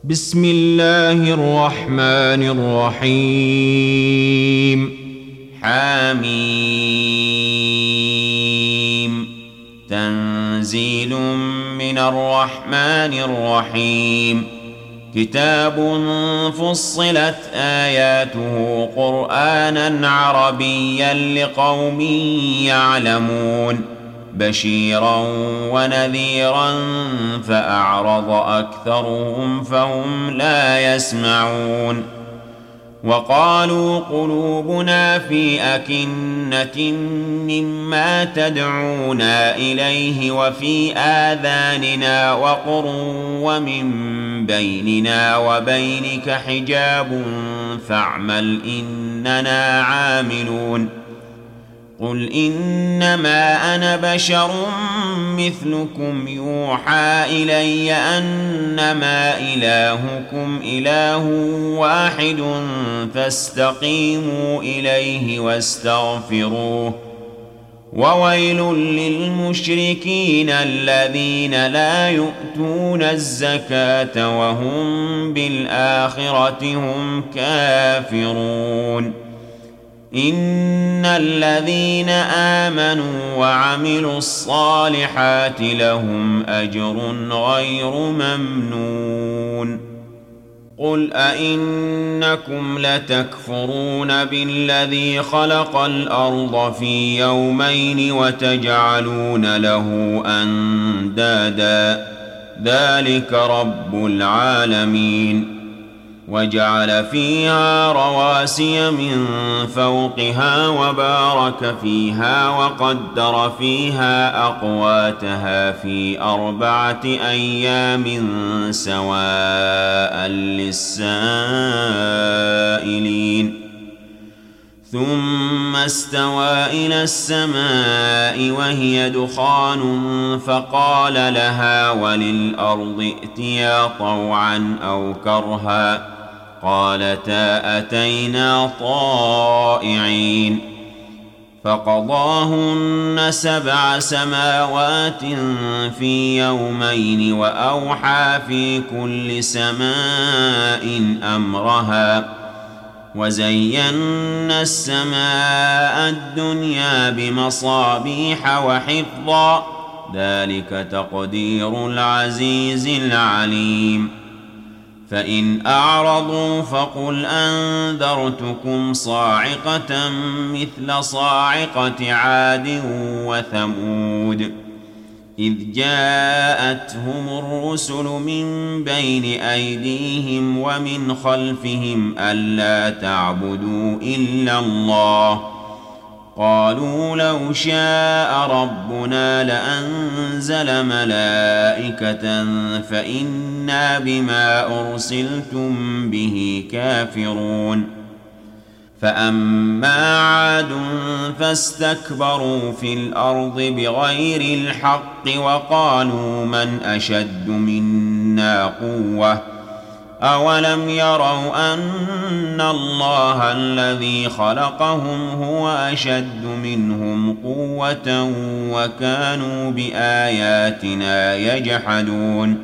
بسم الله الرحمن الرحيم حميم تنزيل من الرحمن الرحيم كتاب فصلت آياته قرآنا عربيا لقوم يعلمون بشيرا ونذيرا فأعرض أكثرهم فهم لا يسمعون وقالوا قلوبنا في أكنة مما تدعونا إليه وفي آذاننا وقر ومن بيننا وبينك حجاب فاعمل إننا عاملون قل إنما أنا بشر مثلكم يوحى إلي أنما إلهكم إله واحد فاستقيموا إليه واستغفروه وويل للمشركين الذين لا يؤتون الزكاة وهم بالآخرة هم كافرون إن الذين آمنوا وعملوا الصالحات لهم أجر غير ممنون قل أئنكم لتكفرون بالذي خلق الأرض في يومين وتجعلون له أندادا ذلك رب العالمين وجعل فيها رواسي من فوقها وبارك فيها وقدر فيها أقواتها في 4 أيام سواء للسائلين ثم استوى إلى السماء وهي دخان فقال لها وللأرض ائتيا طوعا أو كرها قالتا أتينا طائعين فقضاهن 7 سماوات في يومين وأوحى في كل سماء أمرها وزينا السماء الدنيا بمصابيح وحفظا ذلك تقدير العزيز العليم فإن أعرضوا فقل أنذرتكم صاعقة مثل صاعقة عاد وثمود إذ جاءتهم الرسل من بين أيديهم ومن خلفهم ألا تعبدوا إلا الله قالوا لو شاء ربنا لأنزل ملائكة فإنا بما أرسلتم به كافرون فأما عاد فاستكبروا في الأرض بغير الحق وقالوا من أشد منا قوة أولم يروا أن الله الذي خلقهم هو أشد منهم قوة وكانوا بآياتنا يجحدون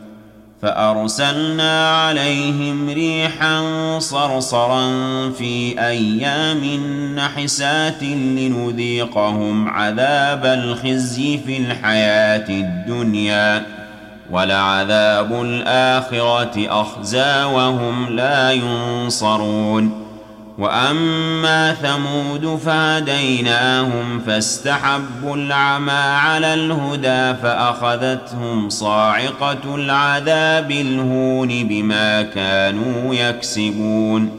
فأرسلنا عليهم ريحا صرصرا في أيام نحسات لنذيقهم عذاب الخزي في الحياة الدنيا ولعذاب الآخرة أخزى وهم لا ينصرون وأما ثمود فهديناهم فاستحبوا العمى على الهدى فأخذتهم صاعقة العذاب الهون بما كانوا يكسبون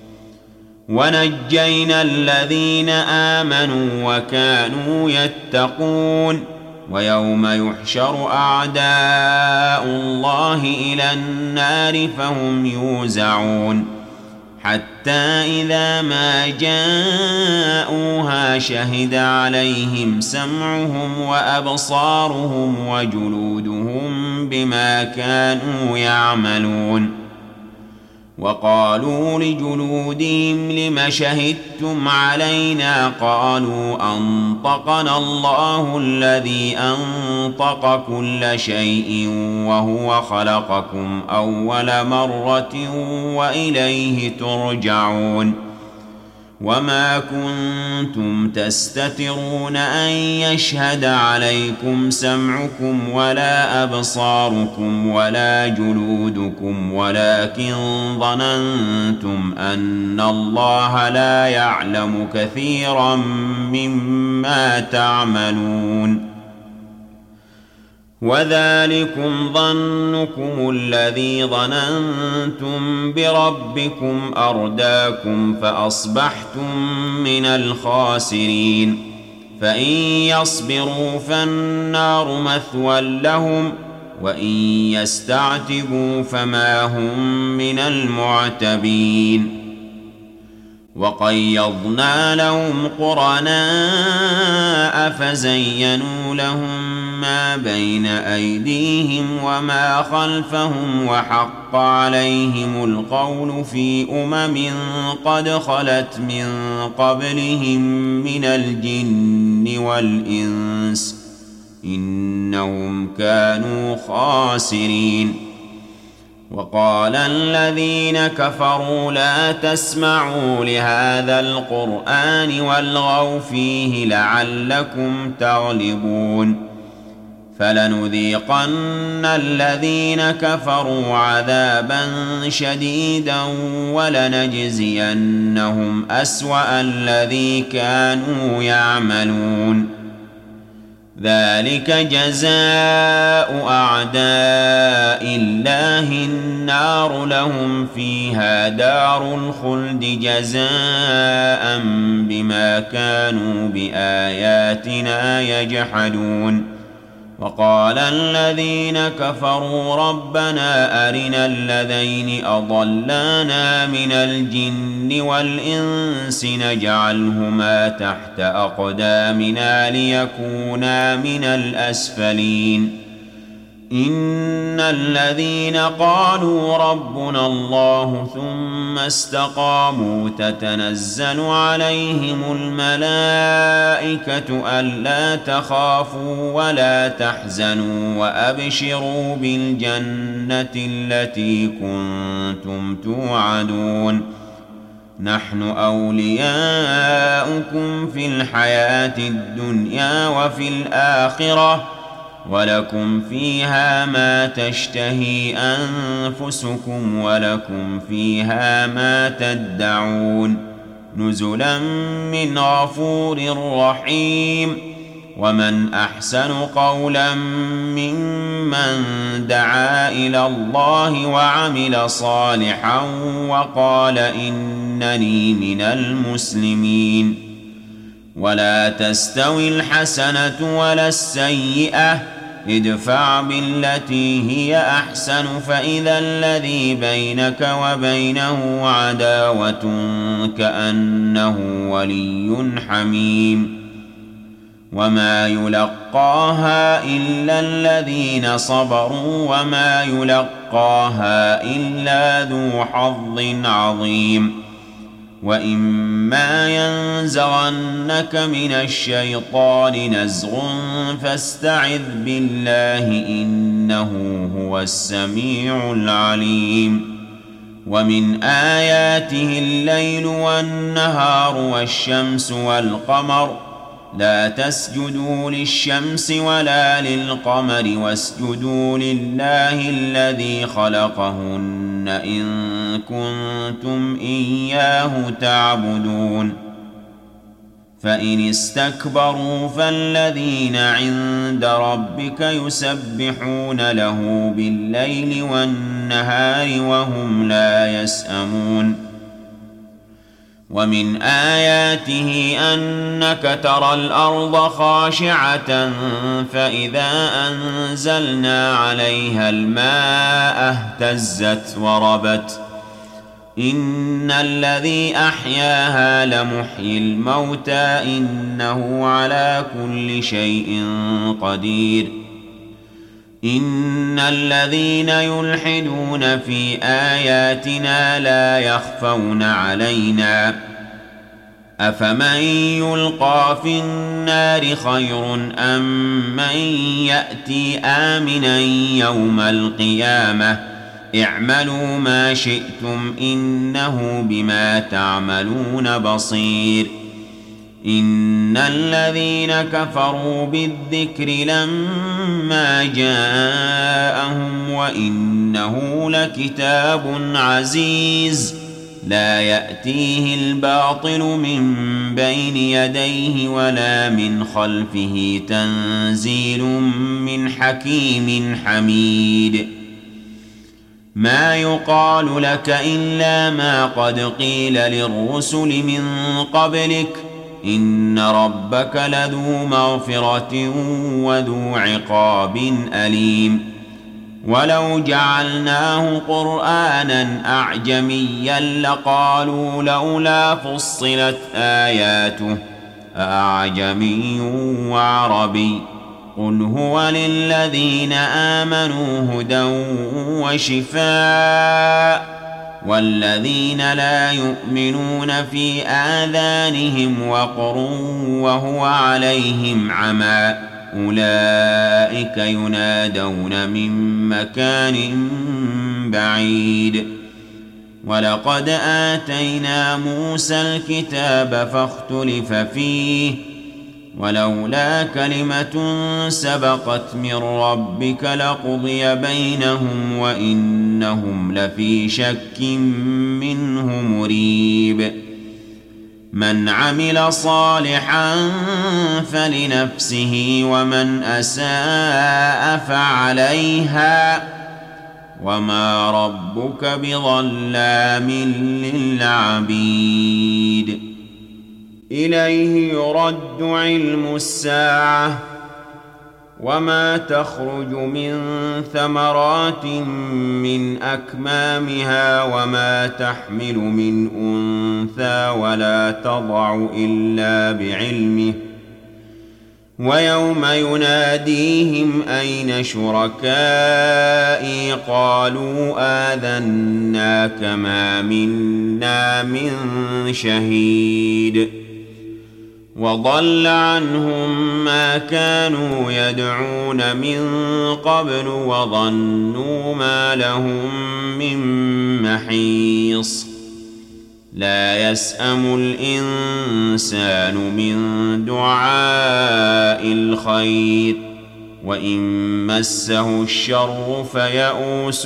ونجينا الذين آمنوا وكانوا يتقون ويوم يحشر أعداء الله إلى النار فهم يوزعون حتى إذا ما جاءوها شهد عليهم سمعهم وأبصارهم وجلودهم بما كانوا يعملون وقالوا لجلودهم لم شهدتم علينا قالوا أنطقنا الله الذي أنطق كل شيء وهو خلقكم أول مرة وإليه ترجعون وما كنتم تستترون أن يشهد عليكم سمعكم ولا أبصاركم ولا جلودكم ولكن ظننتم أن الله لا يعلم كثيرا مما تعملون وذلكم ظنكم الذي ظننتم بربكم أرداكم فأصبحتم من الخاسرين فإن يصبروا فالنار مثوى لهم وإن يستعتبوا فما هم من المعتبين وقيضنا لهم قرناء فزينوا لهم ما بين أيديهم وما خلفهم وحق عليهم القول في قد خلت من قبلهم من الجن والإنس إنهم كانوا خاسرين وقال الذين كفروا لا تسمعوا لهذا القرآن والغوا فيه لعلكم تغلبون فلنذيقن الذين كفروا عذابا شديدا ولنجزينهم أسوأ الذي كانوا يعملون ذلك جزاء أعداء الله النار لهم فيها دار الخلد جزاء بما كانوا بآياتنا يجحدون وقال الذين كفروا ربنا أرنا الذين أضلانا من الجن والإنس نجعلهما تحت أقدامنا ليكونا من الأسفلين إن الذين قالوا ربنا الله ثم استقاموا تتنزل عليهم الملائكة ألا تخافوا ولا تحزنوا وأبشروا بالجنة التي كنتم توعدون نحن أولياؤكم في الحياة الدنيا وفي الآخرة ولكم فيها ما تشتهي أنفسكم ولكم فيها ما تدعون نزلا من غفور رحيم ومن أحسن قولا ممن دعا إلى الله وعمل صالحا وقال إنني من المسلمين ولا تستوي الحسنة ولا السيئة ادفع بالتي هي أحسن فإذا الذي بينك وبينه عداوة كأنه ولي حميم وما يلقاها إلا الذين صبروا وما يلقاها إلا ذو حظ عظيم وإما ينزغنك من الشيطان نزغ فاستعذ بالله إنه هو السميع العليم ومن آياته الليل والنهار والشمس والقمر لا تسجدوا للشمس ولا للقمر واسجدوا لله الذي خلقهن إن كنتم إياه تعبدون فإن استكبروا فالذين عند ربك يسبحون له بالليل والنهار وهم لا يسأمون ومن آياته أنك ترى الأرض خاشعة فإذا أنزلنا عليها الماء اهتزت وربت إن الذي أحياها لمحيي الموتى إنه على كل شيء قدير إن الذين يلحدون في آياتنا لا يخفون علينا أفمن يلقى في النار خير أم من يأتي آمنا يوم القيامة اعملوا ما شئتم إنه بما تعملون بصير إن الذين كفروا بالذكر لما جاءهم وإنه لكتاب عزيز لا يأتيه الباطل من بين يديه ولا من خلفه تنزيل من حكيم حميد ما يقال لك إلا ما قد قيل للرسل من قبلك إن ربك لذو مغفرة وذو عقاب أليم ولو جعلناه قرآنا أعجميا لقالوا لولا فصلت آياته أعجمي وعربي قل هو للذين آمنوا هدى وشفاء والذين لا يؤمنون في آذانهم وقر وهو عليهم عمى أولئك ينادون من مكان بعيد ولقد آتينا موسى الكتاب فاختلف فيه ولولا كلمة سبقت من ربك لقضي بينهم وإنهم لفي شك منه مريب من عمل صالحا فلنفسه ومن أساء فعليها وما ربك بظلام للعبيد إليه يرد علم الساعة وما تخرج من ثمرات من أكمامها وما تحمل من أنثى ولا تضع إلا بعلمه ويوم يناديهم أين شركائي قالوا آذناك ما منا من شهيد وضل عنهم ما كانوا يدعون من قبل وظنوا ما لهم من محيص لا يسأم الإنسان من دعاء الخير وإن مسه الشر فيئوس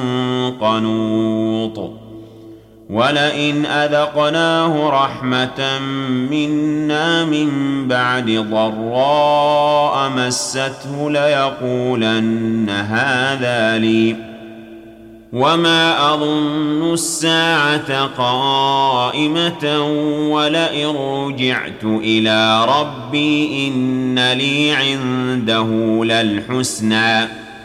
قنوط ولئن أذقناه رحمة منا من بعد ضراء مسته ليقولن هذا لي وما أظن الساعة قائمة ولئن رجعت إلى ربي إن لي عنده للحسنى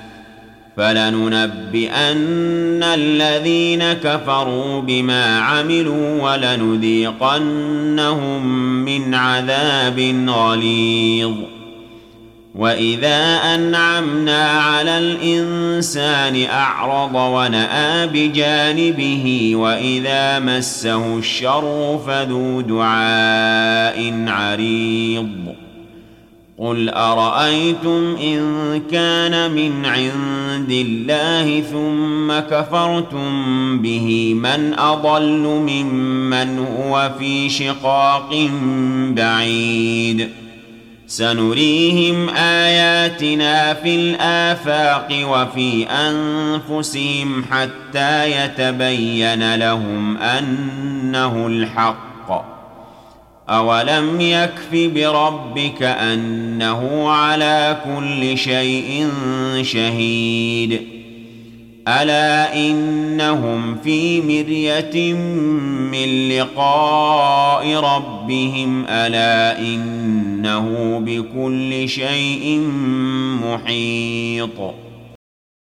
فلننبئن الذين كفروا بما عملوا ولنذيقنهم من عذاب غليظ وإذا أنعمنا على الإنسان أعرض ونأى بجانبه وإذا مسه الشر فذو دعاء عريض قل أرأيتم إن كان من عند الله ثم كفرتم به من أضل ممن هو في شقاق بعيد سنريهم آياتنا في الآفاق وفي أنفسهم حتى يتبين لهم أنه الحق أولم يكف بربك أنه على كل شيء شهيد ألا إنهم في مرية من لقاء ربهم ألا إنه بكل شيء محيط